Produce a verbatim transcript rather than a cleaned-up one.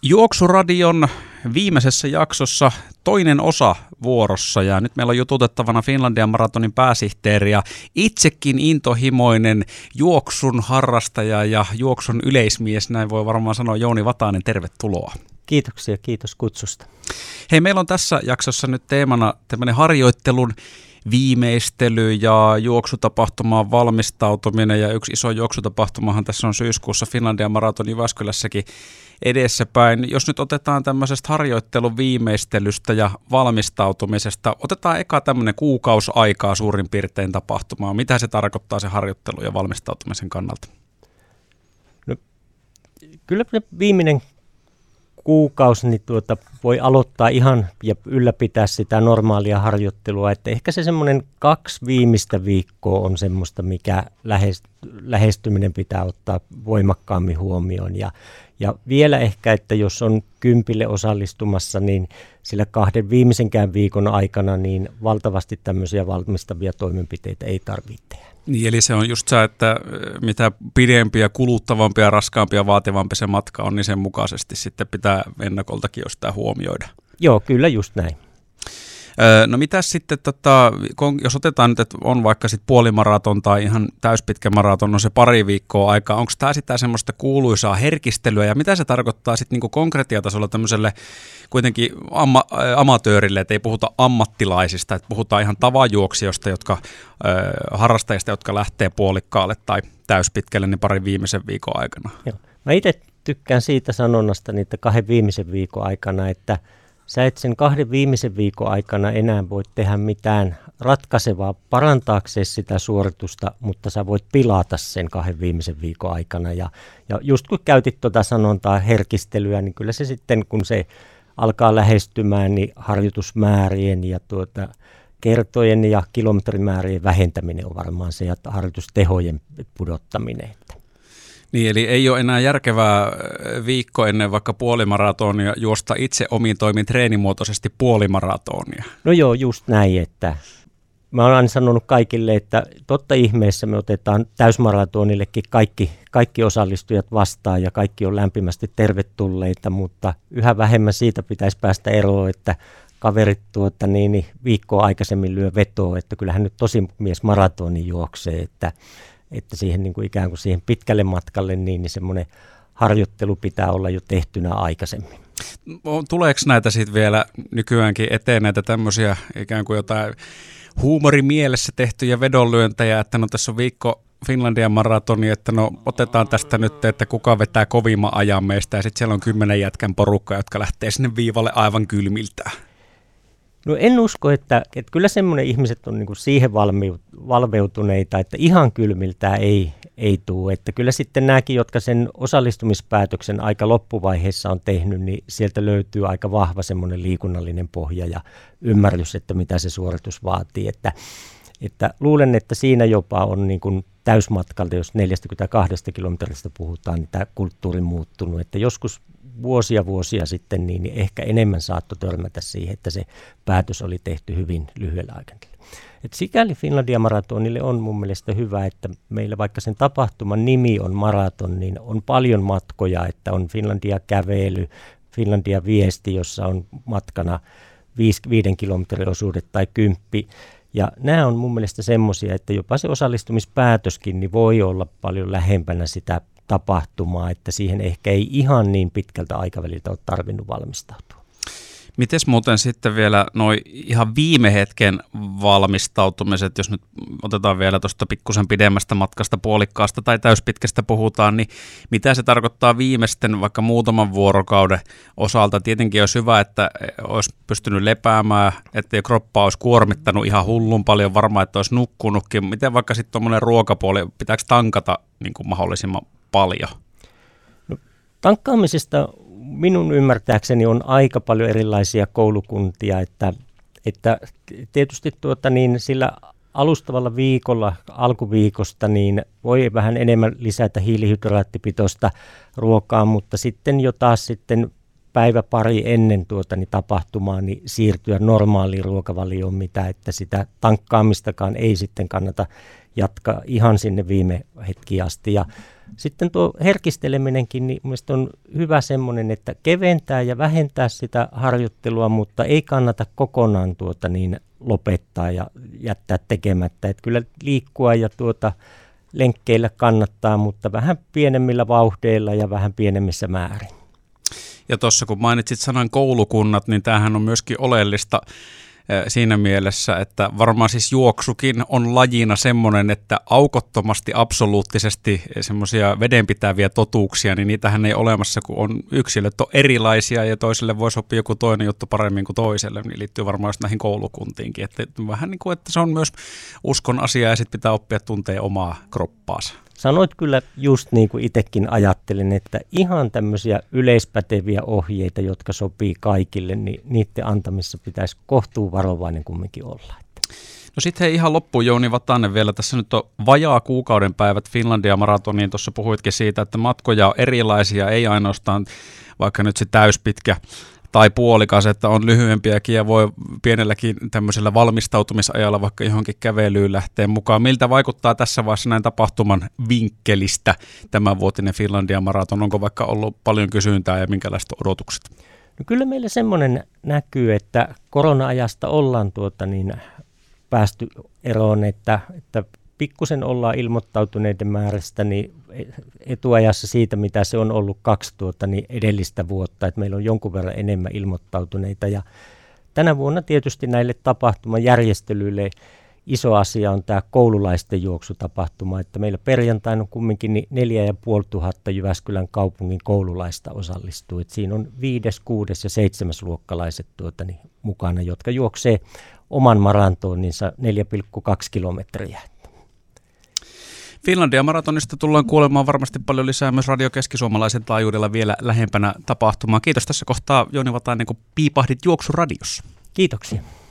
Juoksuradion viimeisessä jaksossa toinen osa vuorossa ja nyt meillä on jututettavana Finlandia maratonin pääsihteeri ja itsekin intohimoinen juoksun harrastaja ja juoksun yleismies, näin voi varmaan sanoa Jouni Vatanen, tervetuloa. Kiitoksia, kiitos kutsusta. Hei, meillä on tässä jaksossa nyt teemana tämmöinen harjoittelun viimeistely ja juoksutapahtumaan valmistautuminen ja yksi iso juoksutapahtumahan tässä on syyskuussa Finlandia maraton Jyväskylässäkin edessäpäin. Jos nyt otetaan tämmöisestä harjoittelun viimeistelystä ja valmistautumisesta, otetaan eka tämmöinen kuukausi aikaa suurin piirtein tapahtumaan. Mitä se tarkoittaa se harjoittelu ja valmistautumisen kannalta? No, kyllä viimeinen kuukausi niin tuota, voi aloittaa ihan ja ylläpitää sitä normaalia harjoittelua, että ehkä se semmoinen kaksi viimeistä viikkoa on semmoista, mikä lähestyminen pitää ottaa voimakkaammin huomioon ja, ja vielä ehkä, että jos on kympille osallistumassa, niin sillä kahden viimeisenkään viikon aikana niin valtavasti tämmöisiä valmistavia toimenpiteitä ei tarvitse tehdä. Niin, eli se on just se, että mitä pidempiä, kuluttavampia, raskaampia, vaativampi se matka on, niin sen mukaisesti sitten pitää ennakoltakin jostain huomioida. Joo, kyllä just näin. No mitäs sitten, tota, jos otetaan nyt, että on vaikka sitten puolimaraton tai ihan täyspitkä maraton, no se pari viikkoa aikaa, onko tämä sitä semmoista kuuluisaa herkistelyä ja mitä se tarkoittaa sitten niinku konkretiatasolla tämmöiselle kuitenkin amma, ä, amatöörille, että ei puhuta ammattilaisista, että puhutaan ihan tavanjuoksijoista, jotka, ä, harrastajista, jotka lähtee puolikkaalle tai täyspitkälle niin parin viimeisen viikon aikana. Joo. Mä itse tykkään siitä sanonnasta niitä kahden viimeisen viikon aikana, että sä et sen kahden viimeisen viikon aikana enää voi tehdä mitään ratkaisevaa parantaakseen sitä suoritusta, mutta sä voit pilata sen kahden viimeisen viikon aikana. Ja, ja just kun käytit tuota sanontaa herkistelyä, niin kyllä se sitten, kun se alkaa lähestymään, niin harjoitusmäärien ja tuota, kertojen ja kilometrimäärien vähentäminen on varmaan se, ja harjoitustehojen pudottaminen. Niin, eli ei ole enää järkevää viikko ennen vaikka puolimaratonia juosta itse omiin toimin treenimuotoisesti puolimaratonia. No joo, just näin, että mä olen aina sanonut kaikille, että totta ihmeessä me otetaan täysmaratonillekin kaikki, kaikki osallistujat vastaan ja kaikki on lämpimästi tervetulleita, mutta yhä vähemmän siitä pitäisi päästä eroon, että kaverit tuota, niin, niin viikkoa aikaisemmin lyö vetoa, että kyllähän nyt tosi mies maratoni juoksee, että että siihen niin kuin ikään kuin siihen pitkälle matkalle niin, niin semmoinen harjoittelu pitää olla jo tehtynä aikaisemmin. Tuleeko näitä sitten vielä nykyäänkin eteen näitä tämmöisiä ikään kuin jotain huumorimielessä tehtyjä vedonlyöntejä, että no tässä on viikko Finlandian maratoni, että no otetaan tästä nyt, että kuka vetää kovimman ajan meistä ja sitten siellä on kymmenen jätkän porukka, jotka lähtee sinne viivalle aivan kylmiltään. No en usko, että, että kyllä semmoinen ihmiset on niin kuin siihen valveutuneita, että ihan kylmiltään ei, ei tule. Että kyllä sitten nämäkin, jotka sen osallistumispäätöksen aika loppuvaiheessa on tehnyt, niin sieltä löytyy aika vahva semmoinen liikunnallinen pohja ja ymmärrys, että mitä se suoritus vaatii. Että, että luulen, että siinä jopa on niin kuin täysmatkalta, jos neljäkymmentäkaksi kilometristä puhutaan, niin tämä kulttuuri muuttunut. Että joskus vuosia vuosia sitten, niin ehkä enemmän saattoi törmätä siihen, että se päätös oli tehty hyvin lyhyellä aikavälillä. Et sikäli Finlandia maratonille on mun mielestä hyvä, että meillä vaikka sen tapahtuman nimi on maraton, niin on paljon matkoja, että on Finlandia kävely, Finlandia viesti, jossa on matkana viisi, viiden kilometrin osuudet tai kymppi. Ja nämä on mun mielestä semmoisia, että jopa se osallistumispäätöskin niin voi olla paljon lähempänä sitä tapahtumaa, että siihen ehkä ei ihan niin pitkältä aikaväliltä ole tarvinnut valmistautua. Mites muuten sitten vielä noi ihan viime hetken valmistautumiset, jos nyt otetaan vielä tuosta pikkusen pidemmästä matkasta, puolikkaasta tai täyspitkästä puhutaan, niin mitä se tarkoittaa viimeisten vaikka muutaman vuorokauden osalta? Tietenkin olisi hyvä, että olisi pystynyt lepäämään, ettei kroppa olisi kuormittanut ihan hullun paljon, varmaan, että olisi nukkunutkin. Miten vaikka sitten tuommoinen ruokapuoli, pitääkö tankata niin kuin mahdollisimman paljon? No, tankkaamisesta minun ymmärtääkseni on aika paljon erilaisia koulukuntia, että, että tietysti tuota niin, sillä alustavalla viikolla, alkuviikosta, niin voi vähän enemmän lisätä hiilihydraattipitoista ruokaa, mutta sitten jo taas sitten päivä pari ennen tuota, niin tapahtumaa niin siirtyä normaaliin ruokavalioon, mitä että sitä tankkaamistakaan ei sitten kannata jatkaa ihan sinne viime hetkiin asti. Ja sitten tuo herkisteleminenkin, niin mielestäni on hyvä semmoinen, että keventää ja vähentää sitä harjoittelua, mutta ei kannata kokonaan tuota niin lopettaa ja jättää tekemättä. Että kyllä liikkua ja tuota lenkkeillä kannattaa, mutta vähän pienemmillä vauhdeilla ja vähän pienemmissä määrin. Ja tuossa kun mainitsit sanan koulukunnat, niin tämähän on myöskin oleellista siinä mielessä, että varmaan siis juoksukin on lajina semmoinen, että aukottomasti, absoluuttisesti semmoisia vedenpitäviä totuuksia, niin niitähän ei olemassa, kun on yksilöt on erilaisia ja toiselle voi sopia joku toinen juttu paremmin kuin toiselle, niin liittyy varmaan just näihin koulukuntiinkin. Että vähän niin kuin, että se on myös uskon asia ja sitten pitää oppia tuntee omaa kroppaansa. Sanoit kyllä just niin kuin itsekin ajattelin, että ihan tämmöisiä yleispäteviä ohjeita, jotka sopii kaikille, niin niiden antamissa pitäisi kohtuuvarovainen kumminkin olla. No sitten hei ihan loppuun Jouni Vatanen vielä. Tässä nyt on vajaa kuukauden päivät Finlandia maratoniin. Tuossa puhuitkin siitä, että matkoja on erilaisia, ei ainoastaan vaikka nyt se täyspitkä tai puolikas, että on lyhyempiäkin ja voi pienelläkin tämmöisellä valmistautumisajalla vaikka johonkin kävelyyn lähteä mukaan. Miltä vaikuttaa tässä vaiheessa näin tapahtuman vinkkelistä tämänvuotinen Finlandia maraton? Onko vaikka ollut paljon kysyntää ja minkälaiset odotukset? No kyllä meillä semmoinen näkyy, että korona-ajasta ollaan tuota niin päästy eroon, että, että pikkusen ollaan ilmoittautuneiden määrästä niin etuajassa siitä, mitä se on ollut kaksi tuota, niin edellistä vuotta, että meillä on jonkun verran enemmän ilmoittautuneita. Ja tänä vuonna tietysti näille tapahtuman järjestelyille iso asia on tämä koululaisten juoksutapahtuma, että meillä perjantaina on kumminkin niin neljä ja puoli tuhatta Jyväskylän kaupungin koululaista osallistuu. Että siinä on viides, kuudes ja seitsemäs luokkalaiset tuota, niin mukana, jotka juoksee oman maratoninsa neljä pilkku kaksi kilometriä. Finlandia maratonista tullaan kuulemaan varmasti paljon lisää myös Radio Keski-Suomalaisen taajuudella vielä lähempänä tapahtumaa. Kiitos tässä kohtaa Jouni Vatanen, kun piipahdit Juoksuradiossa. Kiitoksia.